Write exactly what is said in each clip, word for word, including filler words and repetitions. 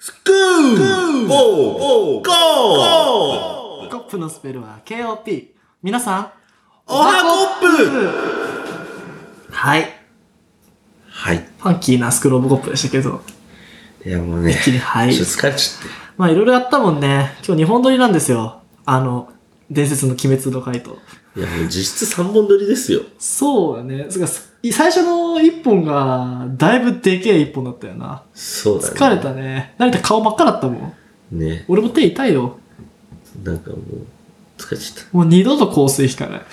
スクーオーゴーコップのスペルは ケーオーピー。 皆さんおはコップ。 はいはい。 ファンキーなスクローブコップでしたけど、 いやもうね、 一気にはいちょっと疲れちゃって。 まあいろいろやったもんね。今日にほん撮りなんですよ。あの伝説の鬼滅の回と。 いやもう実質さんぼん撮りですよ。 そうだね。それから最初のいっぽんがだいぶでけえいっぽんだったよな。 そうだね。 疲れたね。成田顔真っ赤だったもん。 ね。 俺も手痛いよ。 なんかもう疲れちゃっもう二度と香水引かない。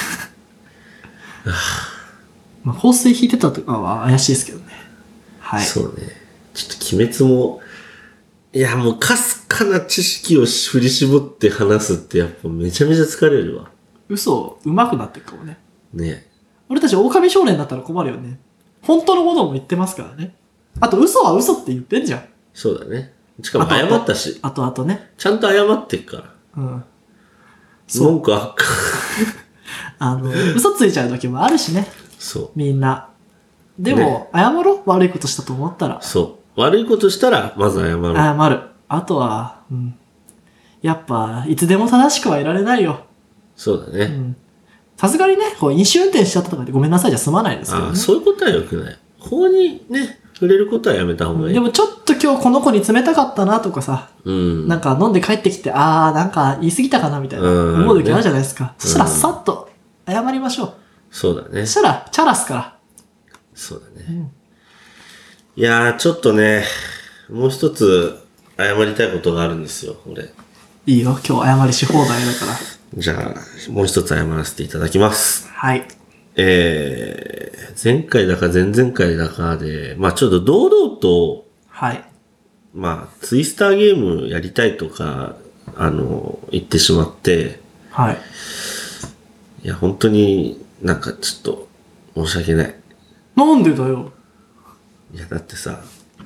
まあ香水引いてたとかは怪しいですけどね。はた。 い。 そうね。ちょっと鬼滅も、いやもうかすかな知識を振り絞って話すってやっぱめちゃめちゃ疲れるわ。 嘘上手くなってるかもね。 ね。 俺たち狼少年だったら困るよね。本当のことも言ってますからね。あと嘘は嘘って言ってんじゃん。 そうだね。しかも謝ったし。 あとあとね。 ちゃんと謝ってっから。 うん。 文句あっか。 あの、嘘ついちゃう時もあるしね。 そう。 みんな。でも、謝ろう。悪いことしたと思ったら。 そう。悪いことしたら、まず謝る。 謝る。あとは、うん。やっぱ、いつでも正しくはいられないよ。 そうだね。 うん。さすがにね、こう、飲酒運転しちゃったとかでごめんなさいじゃ済まないですけどね。 ああ、そういうことは良くない。法にね、触れることはやめた方がいい。 でもちょっと今日この子に冷たかったなとかさ、 うん。 なんか飲んで帰ってきて、あーなんか言い過ぎたかなみたいなうん思う時あるじゃないですか。 ねそしたらさっと謝りましょう。 そうだね。 そしたらチャラすから。 そうだね。 うん、 いやー、ちょっとね、もう一つ謝りたいことがあるんですよ、俺。 いいよ、今日謝りし放題だから。 じゃあ、もう一つ謝らせていただきます。 はい。 えー、前回だか前々回だかで、まあちょっと堂々と、 はい。 まあツイスターゲームやりたいとか、あの、言ってしまって、 はい。 いや、本当になんかちょっと申し訳ない。 なんでだよ。 いや、だってさ、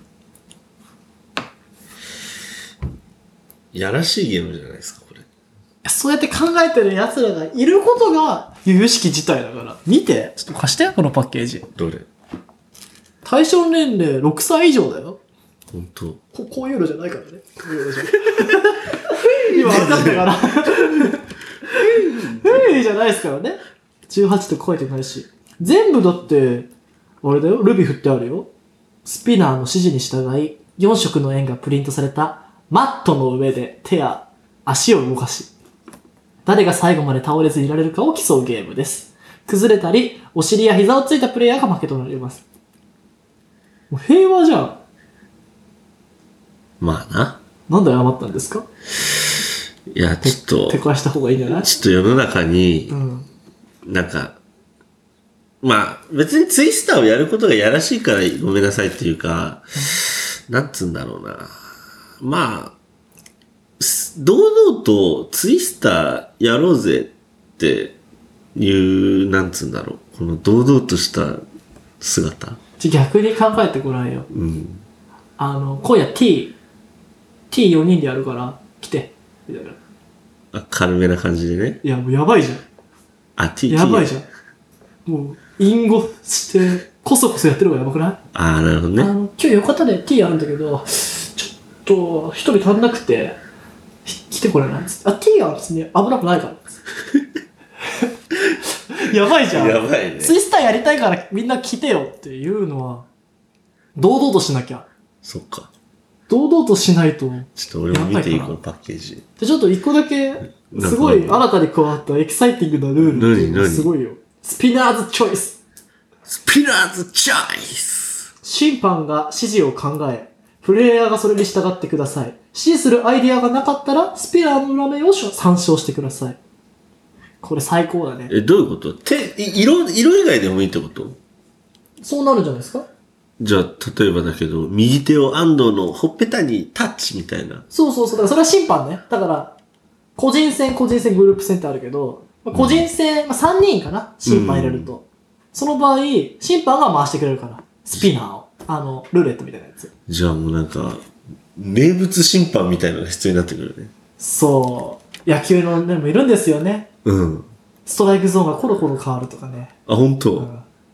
やらしいゲームじゃないですか、これ。 そうやって考えてる奴らがいることが由々しき事態だから。見て。ちょっと貸して、このパッケージ。 どれ？ 対象年齢ろくさい以上だよ。 本当。 ここういうのじゃないからね。こういうのじゃ今分かったから。へいじゃないですからね。じゅうはちと書いてないし。全部だって、あれだよ、ルビ振ってあるよ。スピナーの指示に従い、よん色の円がプリントされたマットの上で手や足を動かし、誰が最後まで倒れずにいられるかを競うゲームです。崩れたり、お尻や膝をついたプレイヤーが負けとなります。もう平和じゃん。 まあな。 なんで謝ったんですか？ いや、ちょっと、 手返した方がいいんじゃない？ ちょっと世の中に、 うん。 なんか、まあ、別にツイスターをやることがやらしいからごめんなさいっていうか、なんつうんだろうな。まあ、堂々とツイスターやろうぜっていう、なんつうんだろう。この堂々とした姿。 ちょ逆に考えてごらんよ。 うん。 あの、今夜 T、ティーよにんでやるから、来て。みたいな。 あ、軽めな感じでね。 いや、もうやばいじゃん。 あ、T、 やばいじゃん。もう、隠語して、こそこそやってる方がやばくない？ ああ、なるほどね。 あの、今日浴衣で T あるんだけど、ちょっと、一人足んなくて、来てこれないっつって。あ、T は別に危なくないから。やばいじゃん。 やばいね。 ツイスターやりたいからみんな来てよっていうのは、堂々としなきゃ。 そっか。 堂々としないと。 ちょっと俺も見ていいやばいかなこのパッケージ。 でちょっと一個だけ、すごい新たに加わったエキサイティングなルールっていうのがすごいよ。スピナーズチョイス。 スピナーズチョイス。 審判が指示を考え、プレイヤーがそれに従ってください。指示するアイディアがなかったら、スピナーの裏面を参照してください。これ最高だね。 え、どういうこと？手、色、色以外でもいいってこと？ そうなるんじゃないですか？ じゃあ、例えばだけど、右手を安藤のほっぺたにタッチみたいな。 そうそうそう。だからそれは審判ね。だから、個人戦、個人戦、グループ戦ってあるけど、まあ、個人戦、まあ、さんにんかな審判入れると。うん、その場合、審判が回してくれるから。スピナーを。あの、ルーレットみたいなやつ。 じゃあもうなんか、名物審判みたいなのが必要になってくるね。 そう。野球のでもいるんですよね。 うん。 ストライクゾーンがコロコロ変わるとかね。 あ、本当、 うん、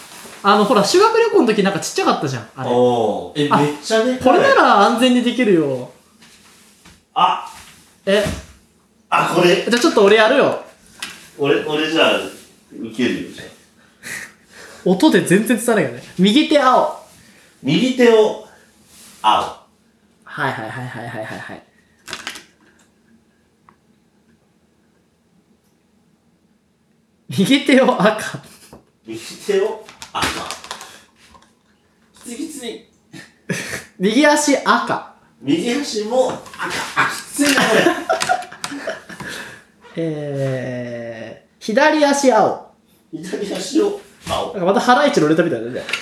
あの、ほら、修学旅行の時なんかちっちゃかったじゃん。あれ。 おー。え、 あめっちゃね。 これなら安全にできるよ。 あ、 え、 あ、これ。 じゃあちょっと俺やるよ。 俺、俺じゃあ、受けるよ、じゃあ。 音で全然伝わらないよね。右手青。 右手を、青。 はいはいはいはいはいはいはい。右手を赤。 右手を赤。きついきつい。 右足赤。 右足も赤。あ、きついな、これ。 えー、左足青。 左足を青。 なんかまたハライチのネタみたいだね。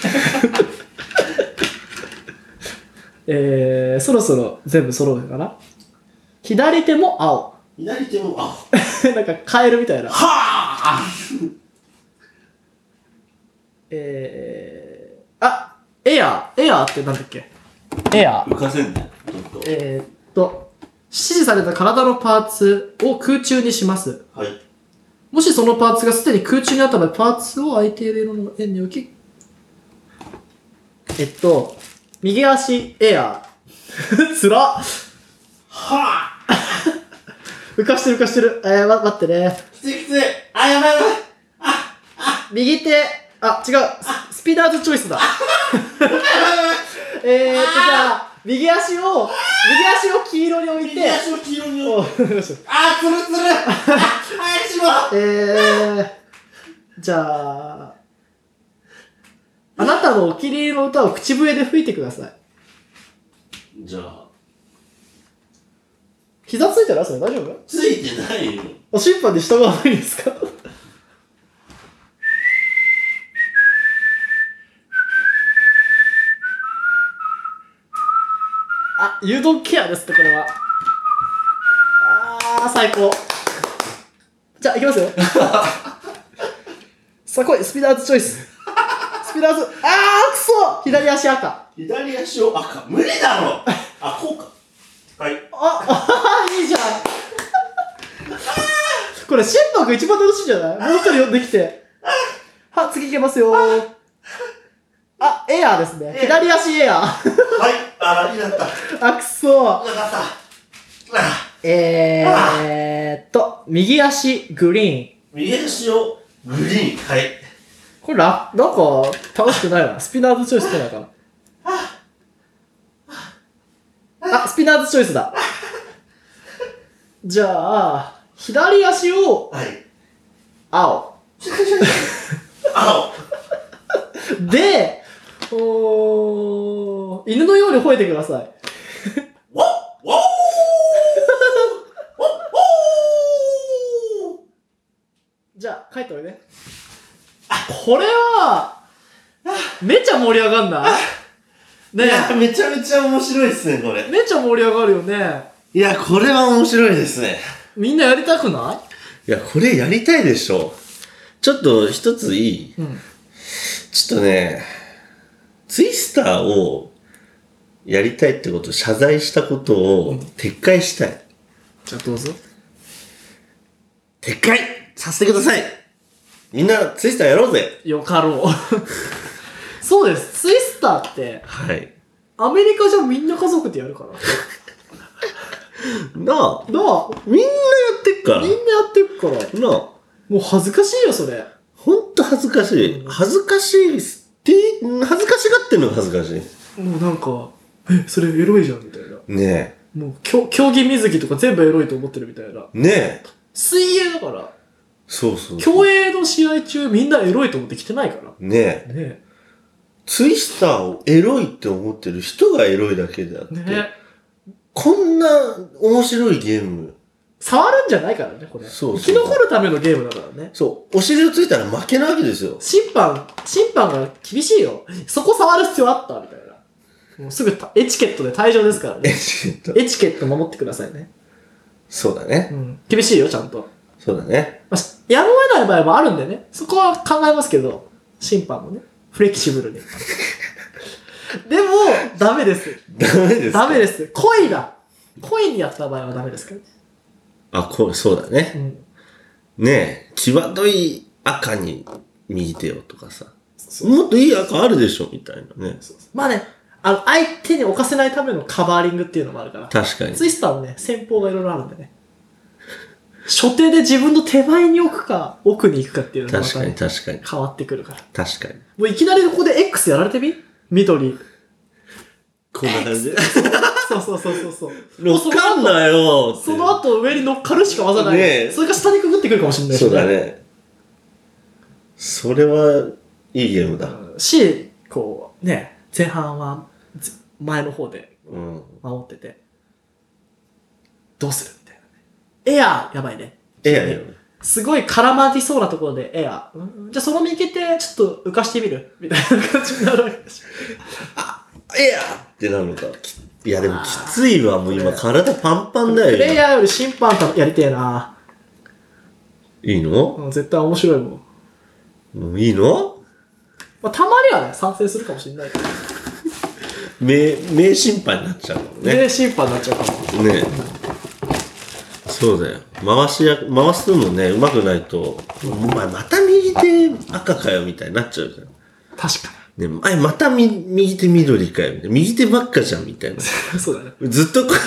えー、そろそろ全部揃うかな。左手も青。 左手も青。 なんかカエルみたいな。 はぁえー、あ、エアー。エアーってなんだっけ？エアー。 浮かせんね。ちょっと。 えー、っと、指示された体のパーツを空中にします。 はい。 もしそのパーツがすでに空中にあった場合、パーツを相手色の円に置き、えっと、右足エアー。つらっは浮かしてる浮かしてる。えー、ま、待ってね。 ぁきついきつい。あ、やばいやばい。 右手、あ、違う。ススピナーズチョイスだ。えーっと、じゃあ、右足を、右足を黄色に置いて、 右足を黄色にお置いて。 よしあー、つるつる。あいしろ。 えー、じゃあ、あなたのお気に入りの歌を口笛で吹いてください。 じゃあ、 膝ついてる？それ大丈夫？ ついてないよ。 お審判に従わないんですか？あ、誘導ケアですって、これは。あー、最高。じゃあ、いきますよ。さあ、来い、スピナーズチョイス。スピナーズ、あー、くそ左足赤。 左足を赤。無理だろ。あ、こうか。はい。 あ、あいいじゃん。これ、審判が一番楽しいんじゃない？もう一人呼んできて。は、次いけますよ。あ、エアーですね。左足エアー。 はい。あ、楽になった。 あ、くそよかった。あえーっと、右足グリーン。 右足をグリーン。はい。 これら、なんか、楽しくないわ。スピナーズチョイス来ないかな。あ、スピナーズチョイスだ。じゃあ、左足をはい。 青。 青。 で、おー、犬のように吠えてください。 わっわおーわっおーじゃあ、帰っておいで。これは、めちゃ盛り上がんないねいや、めちゃめちゃ面白いっすね、これ。 めちゃ盛り上がるよね。 いや、これは面白いですね。 みんなやりたくない？ いや、これやりたいでしょ。ちょっと一ついい？ うん。 ちょっとね、ツイスターをやりたいってことを謝罪したことを撤回したい。 じゃあどうぞ。 撤回させてください。みんなツイスターやろうぜ。 よかろう。そうです。ツイスターって、 はい。 アメリカじゃみんな家族でやるから。 なあ、 なあ、 みんなやってっから。 みんなやってるから。 なあ、 もう恥ずかしいよ、それ。 ほんと恥ずかしい。恥ずかしいって、恥ずかしがってんのが恥ずかしい。 もうなんか、え、それエロいじゃん、みたいな。 ねもう、競競技水着とか全部エロいと思ってるみたいな。 え。ねえ。 水泳だから。 そうそうそう。 競泳の試合中みんなエロいと思って来てないから。 ねえ。 ねツイスターをエロいって思ってる人がエロいだけであって。 え。ねえ。 こんな面白いゲーム。 触るんじゃないからね、これ。 そうそう生き残るためのゲームだからね。 そう。お尻をついたら負けなわけですよ。 審判、審判が厳しいよ。そこ触る必要あったみたいな。もうすぐたエチケットで退場ですからエね。 チケット。 エチケット守ってくださいね。 そうだねう。ん。厳しいよ、ちゃんと。 そうだね。 まあ、しやむを得ない場合もあるんでね。そこは考えますけど、審判もね。フレキシブルに。でも、ダメです。 ダメですか。 ダメです。恋だ。恋にやった場合はダメですからね。 あ、こう、そうだね。 うん。 ねえ、際どい赤に右手をとかさ。 もっといい赤あるでしょみたいなね。 まあね、あの、相手に置かせないためのカバーリングっていうのもあるから。 確かに。 ツイスターもね、戦法がいろいろあるんでね。初手で自分の手前に置くか、奥に行くかっていうのがまた、ね、 確かに確かに。 変わってくるから。 確かに。 もういきなりここで X やられてみ緑。 こんな感じで。 そうそうそうそうそう。 乗っかんなよその後上に乗っかるしか技ない。ね、それが下にくぐってくるかもしれないし、ね。 そうだね。それはいいゲームだ。 うん、し、こう、ね、前半は前の方で守ってて、うん、どうするみたいなね。エアー、やばいね。 エアーよ。 すごい絡まりそうなところでエアー。うん、じゃあその右手ちょっと浮かしてみるみたいな感じになるわけでしょ。 あ、エアーってなるのか。いやでもきついわ、もう今体パンパンだよ。 プレイヤーより審判やりてえな。 いいの？ うん、絶対面白いもん。 もういいの？ まあ、たまにはね、賛成するかもしれないけど。 名、名審判になっちゃうもんね。 名審判になっちゃうかも。 ねえ。そうだよ。回しや、回すのね、上手くないと、お前また右手赤かよみたいになっちゃうじゃん。 確かに。ねえ、またみ右手緑かよみたいな。右手ばっかじゃんみたいな。 そうだね。 ずっとこ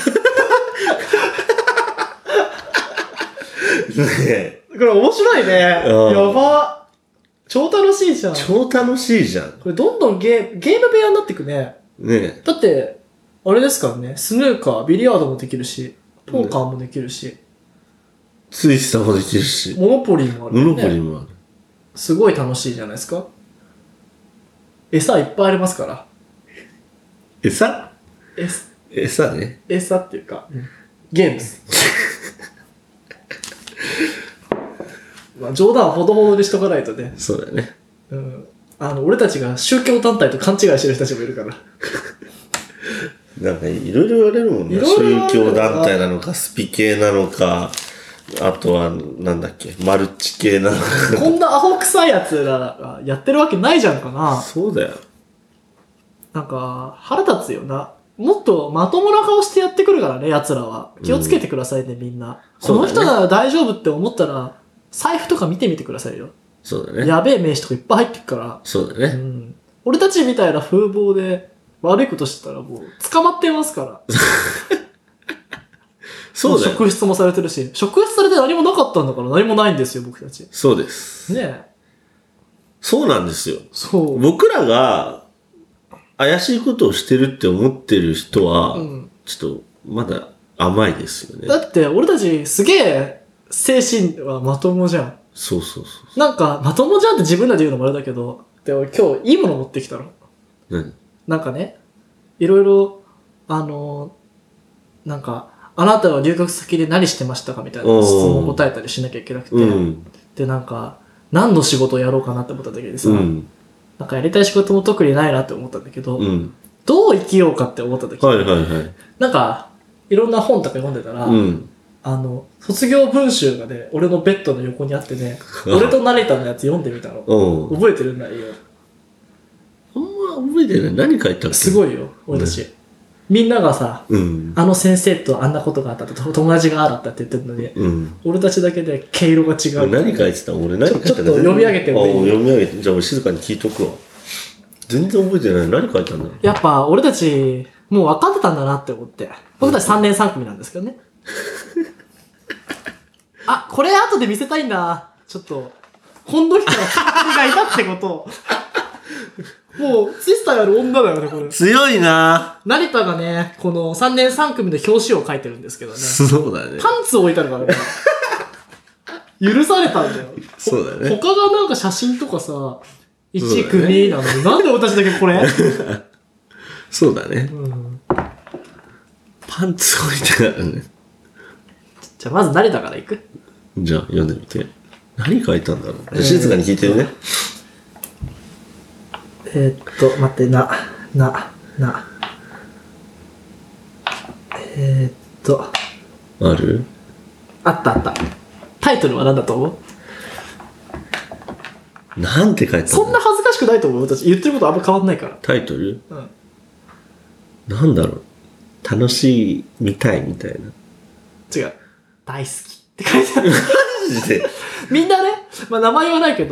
ねえ。 これ面白いね。やば。超楽しいじゃん。 超楽しいじゃん。 これどんどんゲー、ゲーム部屋になってくね。 ねえ。 だって、あれですからね、スヌーカー、ビリヤードもできるし、ポーカーもできるし、 ツイスターもできるし、 モノポリーもある、ね。 モノポリーもある。すごい楽しいじゃないですか。餌いっぱいありますから。 餌？ え餌ね。 餌っていうか、うん、ゲームです。まあ冗談ほどほどにしとかないとね。 そうだよね。 うん。あの、俺たちが宗教団体と勘違いしてる人たちもいるから。 なんかいろいろ言われるもんね。宗教団体なのか、スピ系なのか、あとは、なんだっけ、マルチ系なのか。 こんなアホ臭いやつらがやってるわけないじゃんかな。 そうだよ。 なんか、腹立つよな。もっとまともな顔してやってくるからね、奴らは。気をつけてくださいね、うん、みんな。この人なら大丈夫って思ったら、財布とか見てみてくださいよ。 そうだね。 やべえ名刺とかいっぱい入ってくから。 そうだね。 うん。俺たちみたいな風貌で悪いことしてたらもう捕まってますから。そうだよ。職質もされてるし、職質されて何もなかったんだから何もないんですよ、僕たち。 そうです。 ねえ。 そうなんですよ。 そう。 僕らが怪しいことをしてるって思ってる人は、うん、ちょっとまだ甘いですよね。 だって俺たちすげえ精神はまともじゃん。 そうそうそう。 なんかまともじゃんって自分らで言うのもあれだけど、でも今日いいもの持ってきたの。 何？ なんかね、いろいろ、あのー、なんか、あなたは留学先で何してましたかみたいな質問を答えたりしなきゃいけなくて、うん、で、なんか、何の仕事をやろうかなって思った時にさ、うん、なんかやりたい仕事も特にないなって思ったんだけど、うん、どう生きようかって思った時に、はいはいはい、なんか、いろんな本とか読んでたら、うん、あの、卒業文集がね、俺のベッドの横にあってね、俺と成田のやつ読んでみたの。覚えてるんだよ。 あんま覚えてない。何書いてある？ すごいよ、俺たち。ね、みんながさ、うん、あの先生とあんなことがあったと、友達がああだったって言ってるのに、うん、俺たちだけで毛色が違う。 何書いてた？俺何書いてた？ ちょっと読み上げてもいい？ 読み上げて、じゃあ俺静かに聞いとくわ。全然覚えてない。何書いてたんだろう。 やっぱ俺たち、もう分かってたんだなって思って。僕たちさんねんさん組なんですけどね。あ、これ後で見せたいんだ。ちょっと、ほんの人のがいたってことを。もう、ツイスターやる女だよね、これ。 強いなぁ。 成田がね、このさんねんさん組の表紙を書いてるんですけどね。 そうだね。 パンツを置いてあるからね。許されたんだよ。 そうだね。 他がなんか写真とかさ、いち組なのに、ね、なんで私だけこれそうだね。うん、パンツ置いてあるね。 じゃあまず成田からいく？ じゃあ読んでみて。何書いたんだろう、えー、静かに聞いてるね。 えー、っと、待って、な、な、な。えー、っと。 ある？ あったあった。タイトルは何だと思う？なんて書いてあるの？ そんな恥ずかしくないと思う。私言ってることあんま変わんないから。 タイトル？うん。なんだろう。楽しい、見たいみたいな。 違う。大好きって書いてある。マジでみんなね、まあ名前はないけど、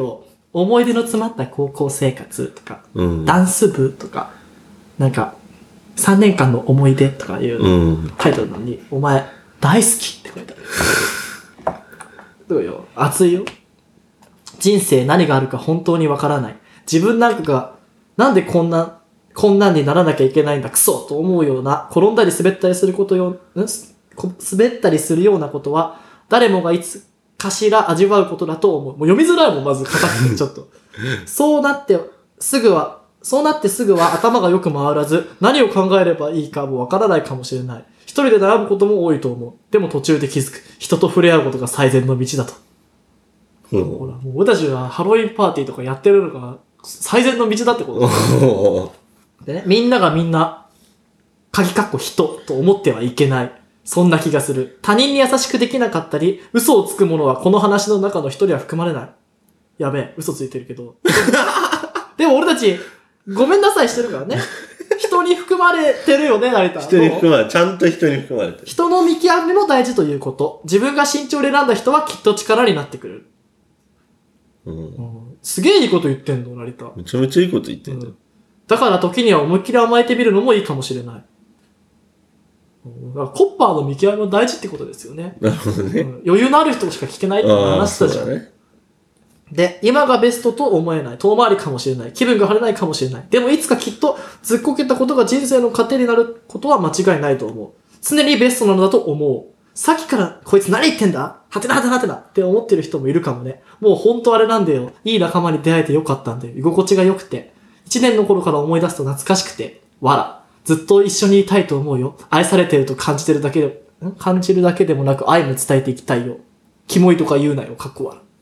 思い出の詰まった高校生活とか、 うん、 ダンス部とか、なんか、さんねんかんの思い出とかいうタイトルなのに、うん、お前、大好きって書いてある。どうよ、熱いよ。人生何があるか本当にわからない。自分なんかが、なんでこんな、こんなんにならなきゃいけないんだ、クソと思うような、転んだり滑ったりすることよ、ん滑ったりするようなことは、誰もがいつかしら味わうことだと思う。もう読みづらいもん、まず、硬くて、ちょっと。そうなって、すぐは、そうなってすぐは頭がよく回らず、何を考えればいいかもわからないかもしれない。一人で悩むことも多いと思う。でも途中で気づく。人と触れ合うことが最善の道だと。うん、ほら、もう俺たちはハロウィンパーティーとかやってるのが最善の道だってことでね、みんながみんな、鍵かっこ人と思ってはいけない。そんな気がする。他人に優しくできなかったり、嘘をつく者はこの話の中の一人は含まれない。やべえ、嘘ついてるけど。でも俺たち、ごめんなさいしてるからね。人に含まれてるよね、成田。 人に含まれ、ちゃんと人に含まれてる。 人の見極めも大事ということ。自分が慎重で選んだ人はきっと力になってくる。うんうん、すげえいいこと言ってんの、成田。 めちゃめちゃいいこと言ってんだよ、うん。 だから時には思いっきり甘えてみるのもいいかもしれない。だからコッパーの見極めも大事ってことですよね。 なるほどね。 うん、余裕のある人しか聞けないって話したじゃん。ね、で、今がベストと思えない。遠回りかもしれない。気分が晴れないかもしれない。でもいつかきっとずっこけたことが人生の糧になることは間違いないと思う。常にベストなのだと思う。さっきからこいつ何言ってんだはてなはてなはてなって思ってる人もいるかもね。もうほんとあれなんだよ。いい仲間に出会えてよかったんだよ。居心地が良くて。一年の頃から思い出すと懐かしくて。わら。ずっと一緒にいたいと思うよ。愛されてると感じてるだけで、ん感じるだけでもなく愛も伝えていきたいよ。キモいとか言うなよ。かっこ悪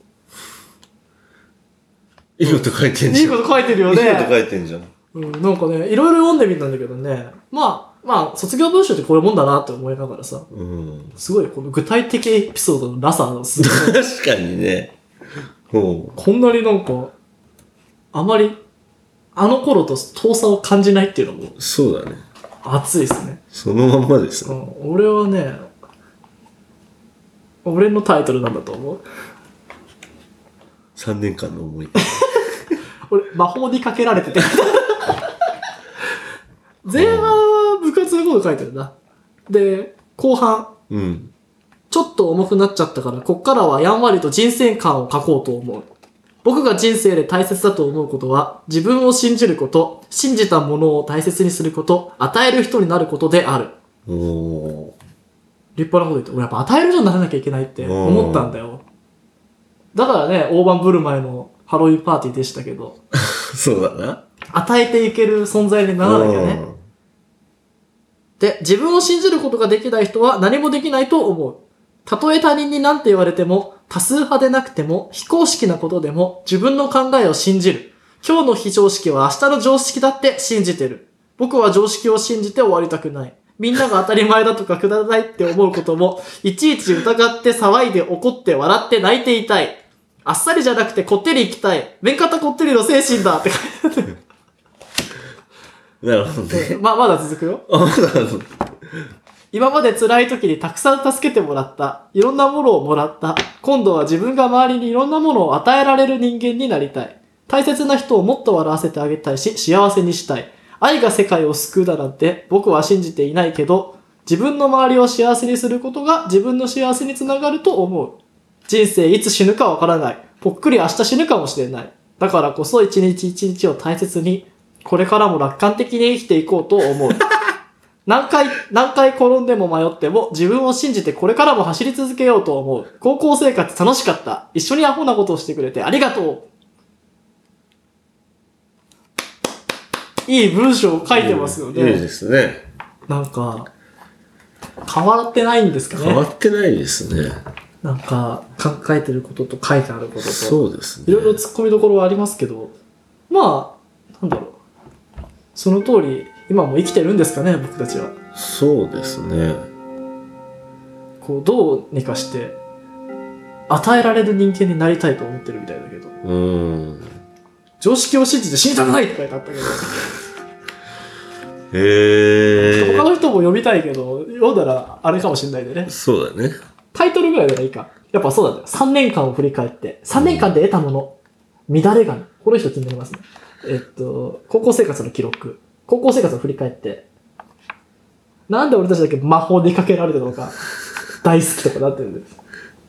い。 いいこと書いてんじゃん。 いいこと書いてるよね。 いいこと書いてんじゃん。 うん、なんかね、いろいろ読んでみたんだけどね。まあ、まあ、卒業文集ってこういうもんだなって思いながらさ。うん。すごい、この具体的エピソードのなさのすごい。 確かにね。 こんなになんか、あまり、あの頃と遠さを感じないっていうのも。 そうだね。 熱いですね。 そのまんまですね。うん、俺はね、俺のタイトルなんだと思う。 さんねんかんの思い。 俺、魔法にかけられてて。前半は部活のこと書いてるな。で、後半、うん、ちょっと重くなっちゃったから、こっからはやんわりと人生観を書こうと思う。僕が人生で大切だと思うことは、自分を信じること、信じたものを大切にすること、与える人になることである。お立派なこと言って、俺やっぱ与える人にならなきゃいけないって思ったんだよ。だからね、大盤振る舞いのハロウィンパーティーでしたけど。 そうだな。 与えていける存在にならなきゃね。で、自分を信じることができない人は何もできないと思う。たとえ他人に何て言われても、多数派でなくても、非公式なことでも、自分の考えを信じる。今日の非常識は明日の常識だって信じてる。僕は常識を信じて終わりたくない。みんなが当たり前だとかくだらないって思うことも、いちいち疑って騒いで怒って笑って泣いていたい。あっさりじゃなくてこってりいきたい。麺方こってりの精神だって書いてある。 なるほどね。 まあ、まだ続くよ。今まで辛い時にたくさん助けてもらった。いろんなものをもらった。今度は自分が周りにいろんなものを与えられる人間になりたい。大切な人をもっと笑わせてあげたいし、幸せにしたい。愛が世界を救うだなんて僕は信じていないけど、自分の周りを幸せにすることが自分の幸せにつながると思う。人生いつ死ぬかわからない。ぽっくり明日死ぬかもしれない。だからこそ一日一日を大切に、これからも楽観的に生きていこうと思う。何回、何回転んでも迷っても自分を信じてこれからも走り続けようと思う。高校生活楽しかった。一緒にアホなことをしてくれてありがとう。いい文章を書いてますよね。 いいですね。 なんか、変わってないんですかね。 変わってないですね。 なんか、書いてることと書いてあることと。 そうですね。 いろいろ突っ込みどころはありますけど、まあ、なんだろう。その通り、今も生きてるんですかね、僕たちは。 そうですね。 こう、どうにかして、与えられる人間になりたいと思ってるみたいだけど。うん。常識を信じて死にたくないって書いてあったけど。へえ。他の人も読みたいけど、読んだらあれかもしれないでね。 そうだね。 タイトルぐらいでいいか。やっぱそうだね。さんねんかんを振り返って、さんねんかんで得たもの。 乱れがね。この人気になりますね。えっと、高校生活の記録。高校生活を振り返って、なんで俺たちだけ魔法にかけられてるのか、大好きとかなってるんです。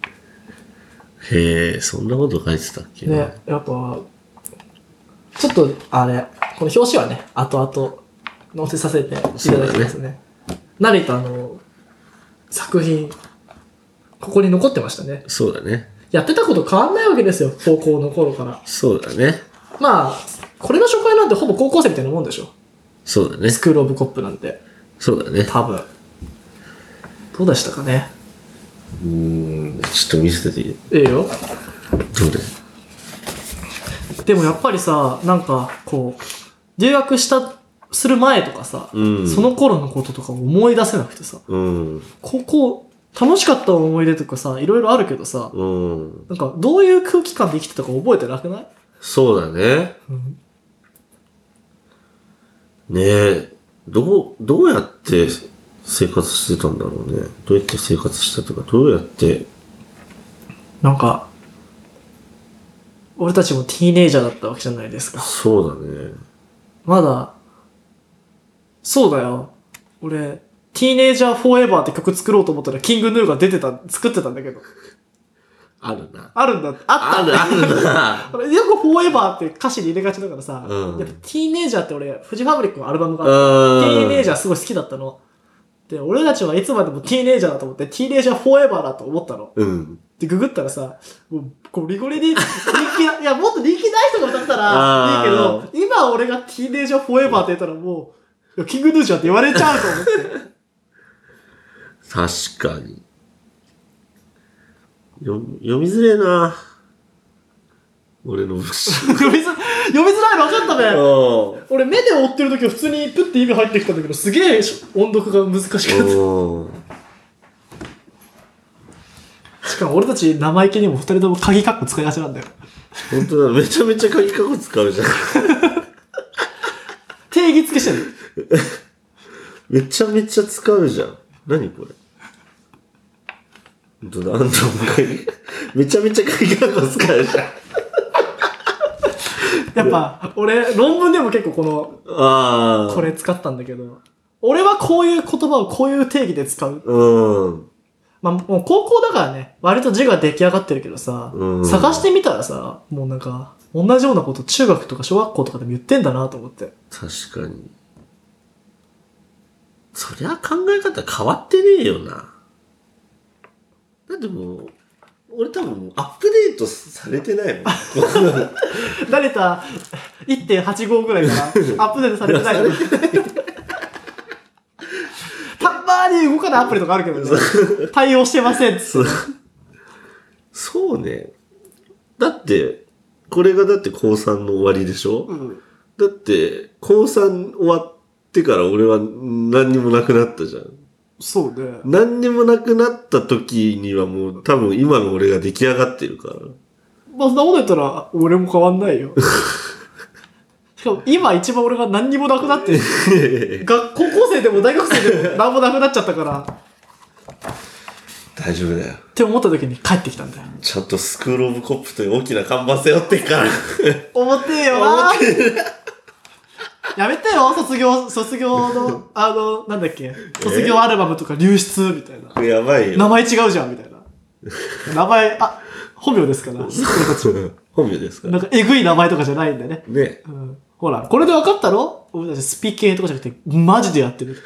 へえ、そんなこと書いてたっけね、やっぱ、ちょっと、あれ、この表紙はね、後々載せさせていただきますね。成田の作品、ここに残ってましたね。 そうだね。 やってたこと変わんないわけですよ、高校の頃から。 そうだね。 まあ、これの初回なんてほぼ高校生みたいなもんでしょ。 そうだね。 スクールオブコップなんて。 そうだね。 多分。どうでしたかね。 うーん、ちょっと見せてていい？ ええよ。 どれ？ でもやっぱりさ、なんか、こう、留学した、する前とかさ、 うん、 その頃のこととか思い出せなくてさ、 うん、 高校、楽しかった思い出とかさ、いろいろあるけどさ、 うん、 なんか、どういう空気感で生きてたか覚えてなくない？ そうだね。 うん、 ねえ、どう、どうやって生活してたんだろうね。どうやって生活したとか、どうやって。 なんか、俺たちもティーネイジャーだったわけじゃないですか。 そうだね。 まだ、そうだよ。俺、ティーネイジャーフォーエバーって曲作ろうと思ったら、キングヌーが出てた、作ってたんだけど。 あるな。 あるんだ。あったあるあるな。 俺よくフォーエバーって歌詞に入れがちだからさ、 うん、 やっぱティーネイジャーって俺、フジファブリックのアルバムがあって、ティーネイジャーすごい好きだったの。で、俺たちはいつまでもティーネイジャーだと思って、ティーネイジャーフォーエバーだと思ったの。 うん。 で、ググったらさ、もう、こう、リゴリに人気な、いや、もっと人気ない人が歌ったらいいけど、今俺がティーネイジャーフォーエバーって言ったらもう、キングヌーじゃんって言われちゃうと思って。 確かに。読み、読みづれえな。俺の文章。 読みづ、読みづらいの分かったね。俺目で追ってる時は普通にプッて意味入ってきたんだけど、すげえ音読が難しかった。しかも俺たち生意気にも二人とも鍵カッコ使いがちなんだよ。 本当だ、めちゃめちゃ鍵カッコ使うじゃん。 定義付けしてる。 めちゃめちゃ使うじゃん。何これ。本当だ、あんたも鍵、めちゃめちゃ鍵カッコ使うじゃん。 やっぱ、俺、論文でも結構この、 あこれ使ったんだけど、俺はこういう言葉をこういう定義で使う。 うん。 まあ、もう高校だからね、割と字が出来上がってるけどさ、 うん、 探してみたらさ、もうなんか、同じようなこと中学とか小学校とかでも言ってんだなと思って。 確かに。そりゃ考え方変わってねえよな。だってもう、俺多分アップデートされてないもん。 誰か いってんはちご ぐらいからアップデートされてないの。たまーに動かないアプリとかあるけどね。対応してませんっつって。 そうね。だって、これがだって高さんの終わりでしょ、うん、だって、高さん終わってから俺は何にもなくなったじゃん。 そうね。 何にもなくなった時にはもう多分今の俺が出来上がってるから。 まあそんなこと言ったら俺も変わんないよ。しかも今一番俺が何にもなくなってる。学高校生でも大学生でも何もなくなっちゃったから。 大丈夫だよ。 って思った時に帰ってきたんだよ。 ちゃんとスクールオブコップという大きな看板背負ってっから。 思ってえよな。やめてよ、卒業、卒業の、あの、なんだっけ、卒業アルバムとか流出みたいな。 やばいよ。 名前違うじゃん、みたいな。名前、あ、本名ですから。 本名ですから。 なんか、えぐい名前とかじゃないんだね。 ね、 うん。ほら、これで分かったろ？俺たちスピ系とかじゃなくて、マジでやってるって。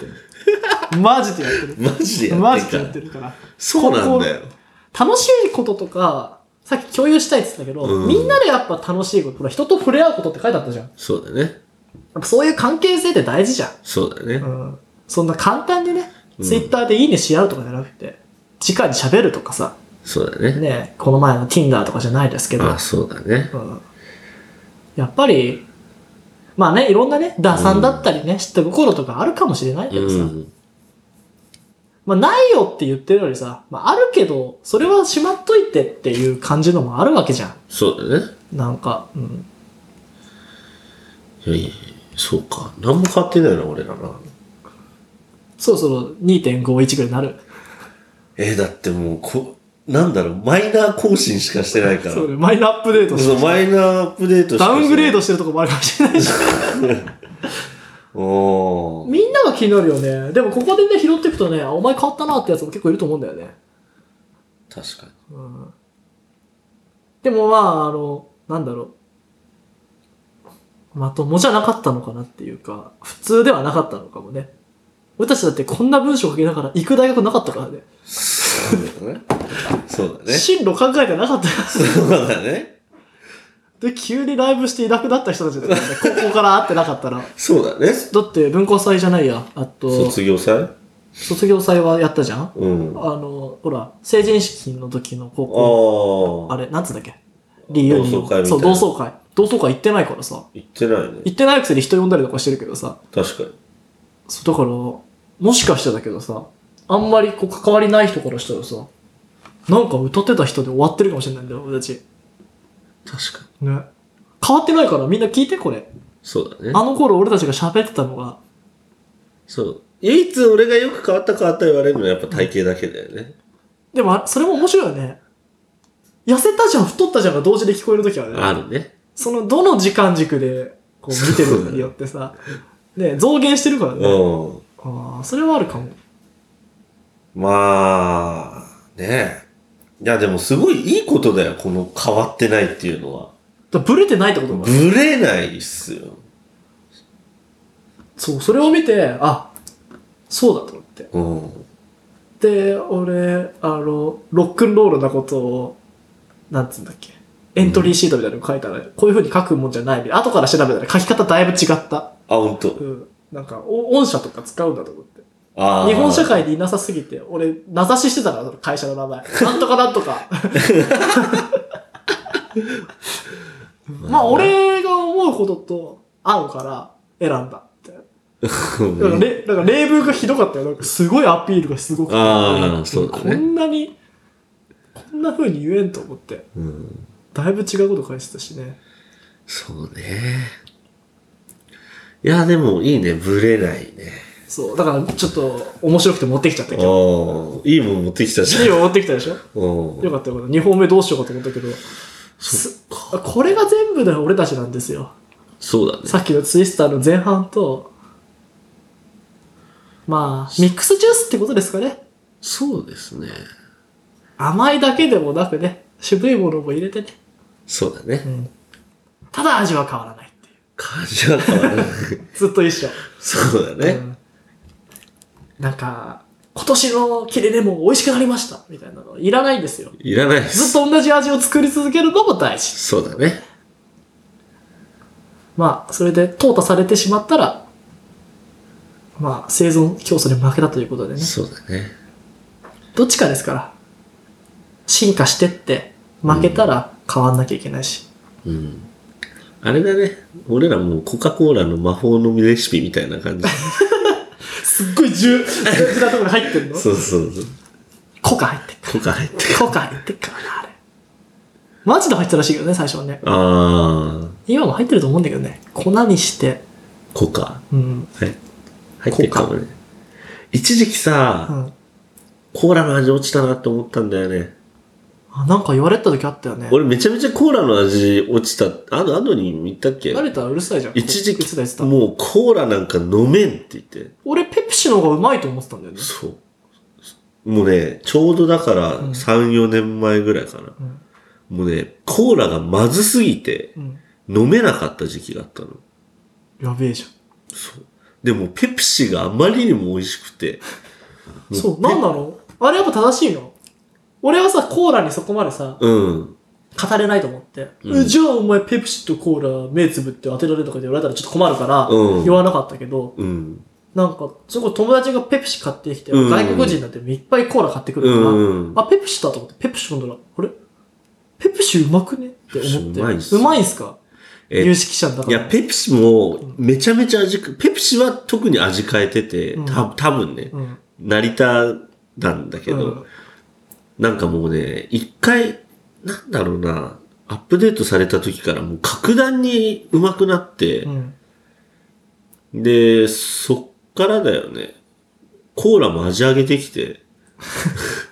マジでやってる。 マジでやってるから。 マジでやってるから。 そうなんだよ。 楽しいこととか、さっき共有したいって言ったけど、うん、みんなでやっぱ楽しいこと、ほら、人と触れ合うことって書いてあったじゃん。 そうだね。 やっぱそういう関係性って大事じゃん。 そうだね。 うん。そんな簡単にね、うん、ツイッターでいいねし合うとかじゃなくて、直に喋るとかさ。 そうだね。 ね、この前の Tinder とかじゃないですけど。 あ、そうだね。 うん。やっぱり、まあね、いろんなね、打算だったりね、うん、知った心とかあるかもしれないけどさ。うん、まあないよって言ってるよりさ、まああるけど、それはしまっといてっていう感じのもあるわけじゃん。 そうだね。 なんか、うん。 いやいや、そうか。何も変わってないな、俺らな。 そろそろ にてんごいち ぐらいになる。 えー、だってもう、こ、 なんだろう、マイナー更新しかしてないから。 そうね、マイナーアップデートしてそう、マイナーアップデートしかしてない。 ダウングレードしてるとこもあるかもしれないし。 おー。 みんなが気になるよね。でもここでね、拾っていくとね、お前変わったなってやつも結構いると思うんだよね。 確かに。 うん、でもまあ、あの、なんだろう。まともじゃなかったのかなっていうか、普通ではなかったのかもね。俺たちだってこんな文章書きながら行く大学なかったからね。 そうだね。そうだね。 進路考えてなかったよ。 そうだね。 で、急にライブしていなくなった人たちだからね。高校から会ってなかったら。 そうだね。 だって文化祭じゃないや。あと、 卒業祭卒業祭はやったじゃん、 うん。 あの、ほら、成人式の時の高校。 ああ。 あれ、なんつうんだっけリユニオン同窓会みたいなそう、同窓会。同窓会行ってないからさ。 行ってないね。 行ってないくせに人呼んだりとかしてるけどさ。 確かに。 そう、だから、もしかしてだけどさ、あんまりこう関わりない人からしたらさ、なんか歌ってた人で終わってるかもしれないんだよ、俺たち。 確かに。 ね。変わってないからみんな聞いて、これ。 そうだね。 あの頃俺たちが喋ってたのが、 そう。唯一俺がよく変わった変わった言われるのはやっぱ体型だけだよね。 でもあそれも面白いよね。痩せたじゃん、太ったじゃんが同時で聞こえるときはね。 あるね。 その、どの時間軸で、こう見てるかによってさ、ね、増減してるからね。 うん。 ああ、それはあるかも。 まあ、ねえ。いやでもすごいいいことだよ、この変わってないっていうのは。 だブレてないってことだ。 ブレないっすよ。 そう、それを見て、あ、そうだと思って。 うん。 で、俺、あの、ロックンロールなことを、なんつうんだっけ、エントリーシートみたいなの書いたら、こういう風に書くもんじゃないみたいな。後から調べたら書き方だいぶ違った。 あ、ほんと。 うん。なんか、お音社とか使うんだと思って。 ああ。 日本社会でいなさすぎて、俺、名指ししてたから、その会社の名前。なんとかなんとか。まあ、俺が思うことと合うから選んだって。だかられ、だから例文がひどかったよ。なんかすごいアピールがすごくて。 ああ、そうだね。 こんなに、こんな風に言えんと思って。 うん。 だいぶ違うこと書いてたしね。 そうね。いや、でもいいね、ブレないね。 そう。だからちょっと面白くて持ってきちゃったけど。 ああ、いいもん持ってきたじゃん。 いいもん持ってきたでしょ。 うん。 よかったよかった。にほんめどうしようかと思ったけど。すこれが全部で俺たちなんですよ。 そうだね。 さっきのツイスターの前半と、まあ、ミックスジュースってことですかね。 そうですね。 甘いだけでもなくね、渋いものも入れてね。 そうだね。 うん、ただ味は変わらないっていう。 感じは変わらない。 ずっと一緒。 そうだね。 うん、なんか、今年のキレレモン美味しくなりましたみたいなのいらないんですよ。 いらないです。 ずっと同じ味を作り続けるのも大事。 そうだね。 まあ、それで淘汰されてしまったら、まあ、生存競争で負けたということでね。 そうだね。 どっちかですから。進化してって、負けたら変わんなきゃいけないし。 うん。うん、あれだね。俺らもうコカ・コーラの魔法のレシピみたいな感じ。 すっごい重、大事なところに入ってんのそうそうそう。 コカ入ってっから。 コカ入ってコカ入ってっからな、あれ。マジで入ってたらしいけどね、最初はね。 ああ。 今も入ってると思うんだけどね。粉にして。 コカ。 うん。 はい。入ってるかもね。一時期さ、 うん、 コーラの味落ちたなって思ったんだよね。 あ、なんか言われた時あったよね。 俺めちゃめちゃコーラの味落ちた。あの、あのに言ったっけ？ 慣れたらうるさいじゃん。 一時期いつだいつだもうコーラなんか飲めんって言って。 俺ペプシの方がうまいと思ってたんだよね。 そう。もうね、ちょうどだからさん、よねんまえぐらいかな。 うん、 もうね、コーラがまずすぎて、飲めなかった時期があったの。 やべえじゃん。 そう。でも、ペプシがあまりにも美味しくて。 そう、なんなのあれやっぱ正しいの？俺はさ、コーラにそこまでさ、 うん。 語れないと思って。 うん、 じゃあお前ペプシとコーラ目つぶって当てられるとか言われたらちょっと困るから、 うん、 言わなかったけど、 うん、 なんか、すごい友達がペプシ買ってきて、 うん、 外国人だっていっぱいコーラ買ってくるから、 うん、 あ、ペプシだと思って、ペプシ飲んだら、あれペプシうまくねって思って。 うまいっす。 うまいんすか？有識者だから。 いや、ペプシもめちゃめちゃ味、ペプシは特に味変えてて、 うん、 た多分ね、うん、成田なんだけど、うん、なんかもうね、一回、なんだろうな、アップデートされた時からもう格段にうまくなって、うん、で、そっからだよね、コーラも味上げてきて、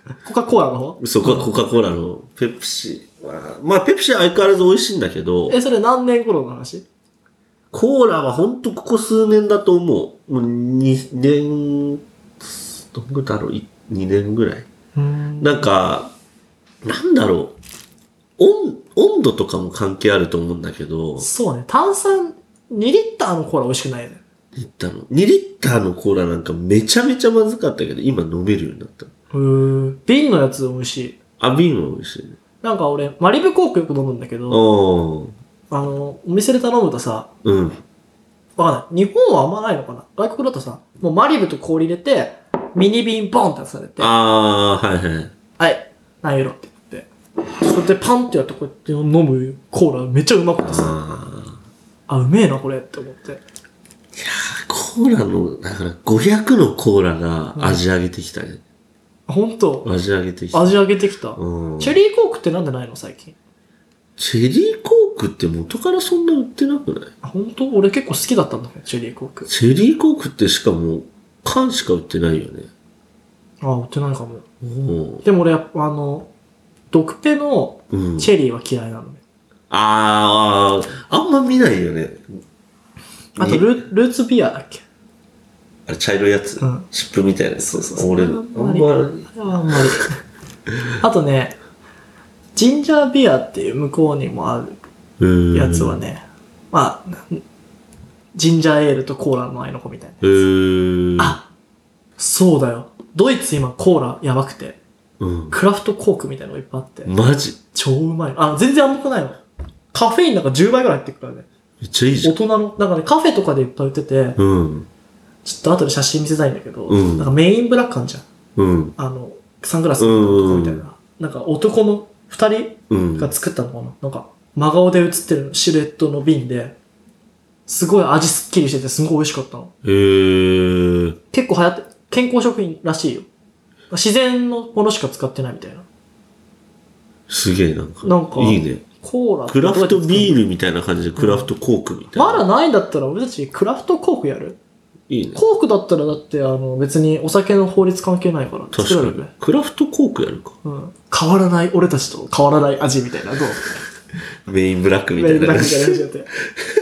コカ・コーラの方？ そこはコカ・コーラのペプシ。まあ、まあ、ペプシは相変わらず美味しいんだけど。 え、それ何年頃の話？ コーラはほんとここ数年だと思う。もうにねん、どんぐらいだろう ?に 年ぐらい。 うんなんか、なんだろう。温、温度とかも関係あると思うんだけど。 そうね。炭酸にリッターのコーラ美味しくないよね。 リッターの。にリッターのコーラなんかめちゃめちゃまずかったけど、今飲めるようになった。 へー。瓶のやつ美味しい。 あ、瓶は美味しいね。 なんか俺、マリブコークよく飲むんだけど、 おー。 あの、お店で頼むとさ、 うん。 わかんない。日本はあんまないのかな？外国だとさ、もうマリブと氷入れて、ミニ瓶ポンってされて、 あー、はいはい。 はい、何ユーロって言って、それでパンってやってこうやって飲むコーラめっちゃうまくてさ、 ああ、うめえなこれって思って。 ー。いやー、コーラの、だからごひゃくのコーラが味上げてきたね。 ほんと味上げてきた。 味上げてきた。 うん。 チェリーコークってなんでないの最近？ チェリーコークって元からそんな売ってなくない？ あ、ほんと俺結構好きだったんだけど、チェリーコーク。 チェリーコークってしかも缶しか売ってないよね。 あ、売ってないかも。 うん。 でも俺やっぱあの、ドクペのうん。 チェリーは嫌いなのね。 あー、あんま見ないよね。 あとル、ルーツビアだっけ？ あれ茶色いやつ、 うんチップみたいなやつ。 そうそうそう。 俺、ああんまんまり。あれはあんまり。あとね、ジンジャービアっていう向こうにもあるやつはね、まあ、ジンジャーエールとコーラの合いの子みたいな。 へー。 あ、そうだよ。ドイツ今コーラやばくて、 うん。 クラフトコークみたいなのがいっぱいあって、 マジ超うまい。あ、全然甘くないの。カフェインなんかじゅうばいぐらい入ってるからね。 めっちゃいいじゃん。 大人の、なんかね、カフェとかでいっぱい売ってて、 うん。 ちょっと後で写真見せたいんだけど、 うんなんかメインブラックあんじゃん。 うん。 あの、サングラスの男みたいな。なんか男の二人うん。 が作ったのかな、なんか、真顔で写ってるシルエットの瓶で、すごい味すっきりしててすごい美味しかったの。 へー。 結構流行って、健康食品らしいよ。自然のものしか使ってないみたいな。 すげえなんか。 なんかいいね。 コーラってクラフトビール。 ルみたいな感じでクラフトコークみたいな。 まだないんだったら俺たちクラフトコークやる？ いいね。 コークだったらだってあの別にお酒の法律関係ないから確かに作れるね。。 クラフトコークやるか。 うん。変わらない俺たちと変わらない味みたいな。どう？ メインブラックみたいなメインブラックみたいな感じだって。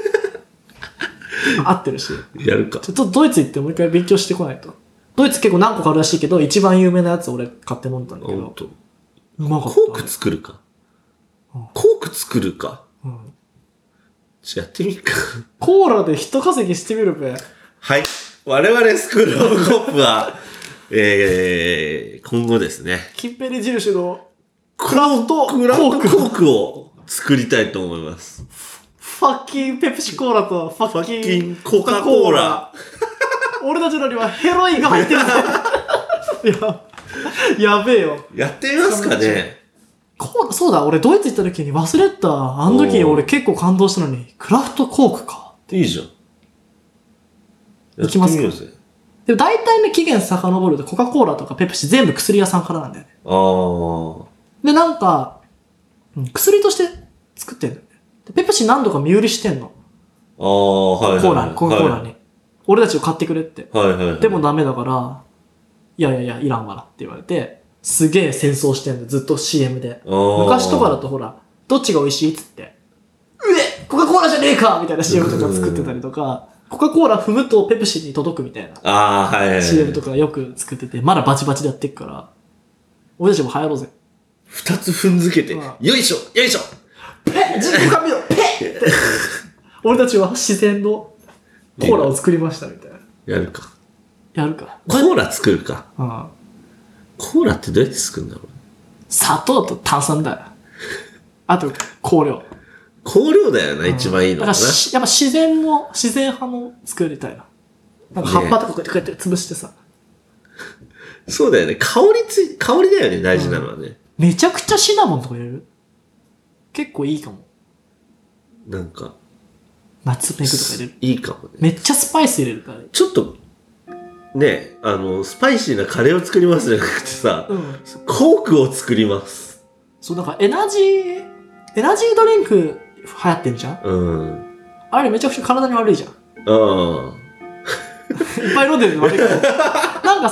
合ってるし。 やるか。 ちょっとドイツ行ってもう一回勉強してこないと。ドイツ結構何個かあるらしいけど、一番有名なやつ俺買って飲んだんだけど。 ほんと。 うまかった。 コーク作るか。 うんコーク作るか。 うん、 じゃあやってみっか。 コーラで人稼ぎしてみるべ。 はい。我々スクールオブコップは、えー、今後ですね。 キンペリ印のクラフト、クラフトコークコークを作りたいと思います。 ファッキンペプシコーラとファッファッキキンンコカ・コーラ。 俺たちのにはヘロインが入ってるぜ。や、やべえよ。 やってみますかね。 コーラ、そうだ、俺ドイツ行った時に忘れた。あの時俺結構感動したのに、クラフトコークか。 いいじゃん。 行きますかやってみようぜ。 でも大体ね、期限遡るとコカ・コーラとかペプシ全部薬屋さんからなんだよね。 あー。 で、なんか、うん薬として作ってんだよね。でペプシ何度か身売りしてんの。 あー、はいはいはい。 コーラに、コカ・コーラに。俺たちを買ってくれって。 はいはいはい。 でもダメだから、いやいやいや、いらんわらって言われて、すげえ戦争してんの、ずっと シーエム で。 あー昔とかだとほら、どっちが美味しいっつって、うえコカ・コーラじゃねえかみたいな シーエム とか作ってたりとか、コカ・コーラ踏むとペプシに届くみたいなあー、はいはいはい。 シーエム とかよく作ってて、まだバチバチでやってっから、俺たちも流行ろうぜ。 二つ踏んづけて、 うんよいしょよいしょペッ人工甘味料ペッって俺たちは自然のコーラを作りましたみたいな。 やるか。 やるか。 コーラ作るか。 うん。 コーラってどうやって作るんだろう。 砂糖と炭酸だよ。あと、香料。 香料だよな、一番いいのかな。 だからしやっぱ自然の、自然派の作りたいな。なんか葉っぱとかこうやってこうやって潰してさ。 そうだよね。香りつい、香りだよね、大事なのはね。 めちゃくちゃシナモンとか入れる？結構いいかも。 なんか、 ナツメグとか入れる？ いいかもね。 めっちゃスパイス入れるから。 ちょっと、ね、あの、スパイシーなカレーを作りますじゃなくてさ、 うん。 コークを作ります。 そう、なんかエナジー、エナジードリンク流行ってんじゃん？ うん。 あれめちゃくちゃ体に悪いじゃん。 あいっぱい飲んでるの悪いけど。なんかさ、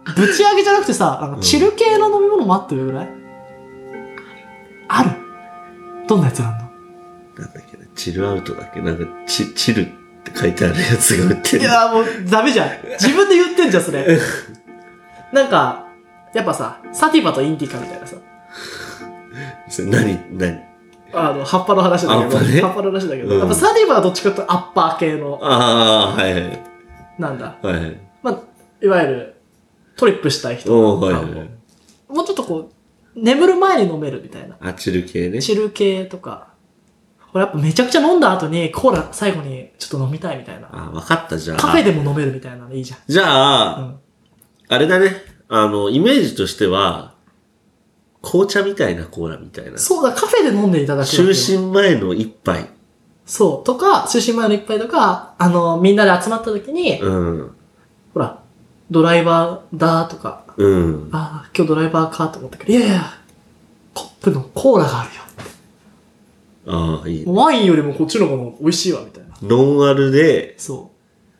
ぶち上げじゃなくてさ、なんかチル系の飲み物もあってるぐらい、うん、ある。どんなやつなんの？ なんだっけな、チルアウトだっけ、なんかチ、チルって書いてあるやつが売ってる。 いやもうダメじゃん。自分で言ってんじゃん、それ。なんか、やっぱさ、サティバとインディカみたいなさ。 それ何、何あの、葉っぱの話だけど、 葉っぱね、 葉っぱの話だけど、 うん、 やっぱサティバはどっちかというとアッパー系の。 ああ、はいはい。 なんだ。 はいはい。 まあ、いわゆる、トリップしたい人。 おはいはい。 もうちょっとこう、眠る前に飲めるみたいな。 あ、チル系ね。 チル系とか。これやっぱめちゃくちゃ飲んだ後にコーラ最後にちょっと飲みたいみたいな。 あ、わかったじゃあ。 カフェでも飲めるみたいなのいいじゃん。 じゃあ、 うん、 あれだね。あの、イメージとしては、紅茶みたいなコーラみたいな。 そうだ、カフェで飲んでいただく。 就寝前の一杯。 そう。とか、就寝前の一杯とか、あの、みんなで集まった時に、 うん。 ほら、ドライバーだとか、 うん。 ああ、今日ドライバーかと思ったけど、いやいや、コップのコーラがあるよ。 ああ、いい。 ワインよりもこっちの方が美味しいわ、みたいな。 ノンアルで。 そう。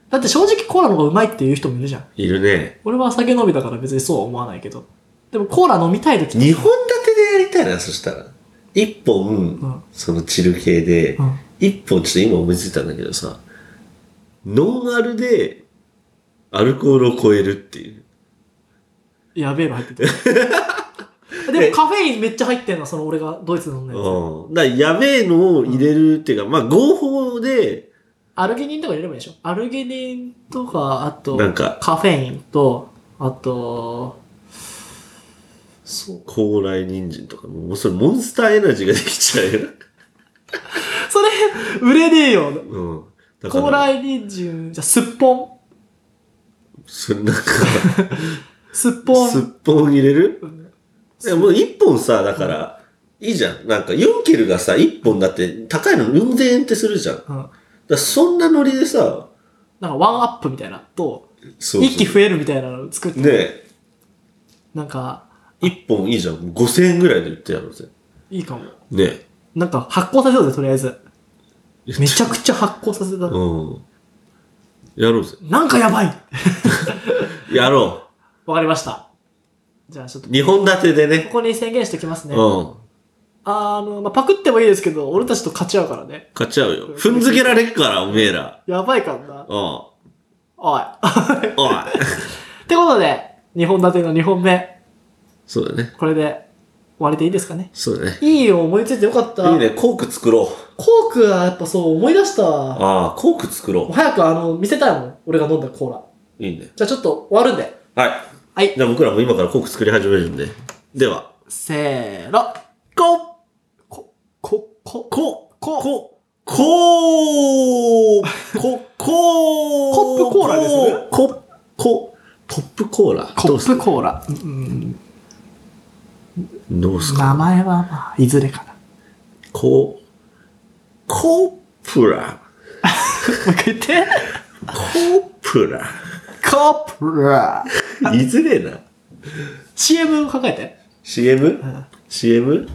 だって正直コーラの方がうまいっていう人もいるじゃん。 いるね。 俺は酒飲みだから別にそうは思わないけど。でもコーラ飲みたい時にほん立てでやりたいな、そしたら。一本、うん、そのチル系で、うん、一本ちょっと今思いついたんだけどさ、ノンアルでアルコールを超えるっていう。 やべえの入ってて。でもカフェインめっちゃ入ってんの、その俺がドイツで飲んだやつ。 うん。だからやべえのを入れるっていうか、うん、まあ合法で、 アルギニンとか入れればいいでしょ。アルギニンとか、あと、 なんかカフェインと、あと、 そう。高麗人参とかもうそれモンスターエナジーができちゃうよ。 それ、売れねえよ。 うん。 高麗人参、じゃあ、すっぽん。 それなんか、 すっぽん。 すっぽん入れる？いやもう一本さ、だから、うん、いいじゃん。なんか、ユンケルがさ、一本だって高いのうん千円ってするじゃん。うん、だからそんなノリでさ、 なんかワンアップみたいなと、そうそう一気増えるみたいなのを作って。ねえ。 なんか、一本いいじゃん。ごせんえんぐらいで売ってやろうぜ。 いいかも。 ねえ。 なんか発酵させようぜ、とりあえず。めちゃくちゃ発酵させた。 うん。やろうぜ。 なんかやばいやろう。わかりました。じゃあちょっと。 にほん立てでね。 ここに宣言しておきますね。 うん。 あの、まあ、パクってもいいですけど、俺たちと勝ち合うからね。 勝ち合うよ。踏んづけられっから、おめえら。 やばいからな。うん。おい。 おい。 ってことで、にほん立てのにほんめ。 そうだね。 これで終わりでいいですかね。 そうだね。 いいよ、思いついてよかった。 いいね、コーク作ろう。 コークはやっぱそう思い出したわ。 ああ、コーク作ろう。 早くあの、見せたいもん。俺が飲んだコーラ。 いいね。 じゃあちょっと終わるんで。 はい。 はい。 じゃあ僕らも今からコーク作り始めるんで。では。 せーの。ここ、こ、こ、こ、こ、こ、 こーこ、こコップコーラですね。 こ、こ、トップコーラ。 コップコーラ。うん。 どうすか？ 名前はまあ、いずれかな。 こ、コープラ。 もう一回言って。 コープラ。 コープラ。 いずれな。 シーエム 考えて。 シーエム？ うん、 シーエム？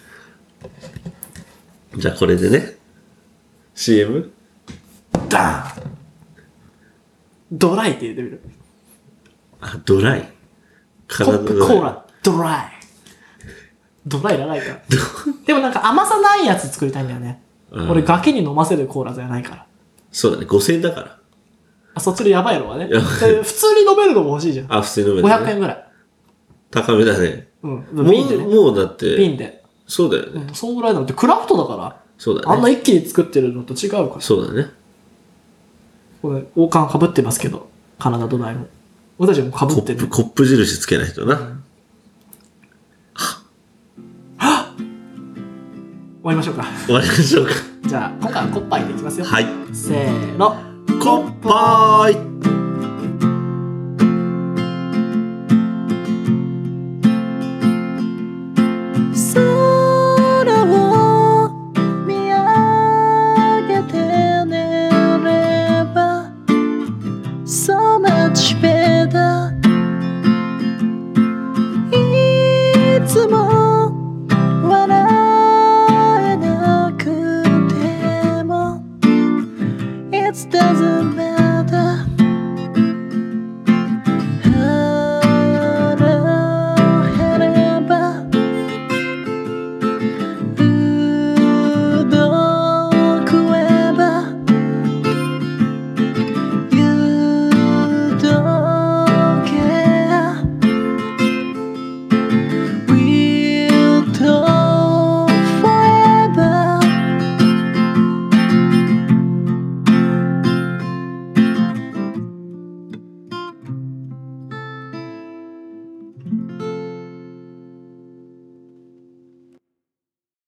じゃあこれでね。シーエム？ ダーン。ドライって言ってみる。 あ、ドライ。 コップコーラ、ドライ。ドライいらないか。でもなんか甘さないやつ作りたいんだよね。俺ガキに飲ませるコーラじゃないから。 そうだね、ごせんえんだから。 あ、そっちでやばいのはね。普通に飲めるのも欲しいじゃん。 あ、普通に飲める、 ね。ごひゃくえんぐらい。 高めだね。 うん。 瓶でね。もう、もうだって。 瓶で。 そうだよね。 うん、そんぐらいだってクラフトだから。 そうだね。 あんな一気に作ってるのと違うから。 そうだね。 これ、王冠被ってますけど。カナダドライも。俺たちも被ってる。 コップ印つけないとな。うん、 はっ終わりましょうか。 終わりましょうか。 じゃあ、今回はコッパイでいきますよ。 はい。 せーの。 コッパイ。 空を見上げて寝れば So much better いつも笑えなくても It doesn't matter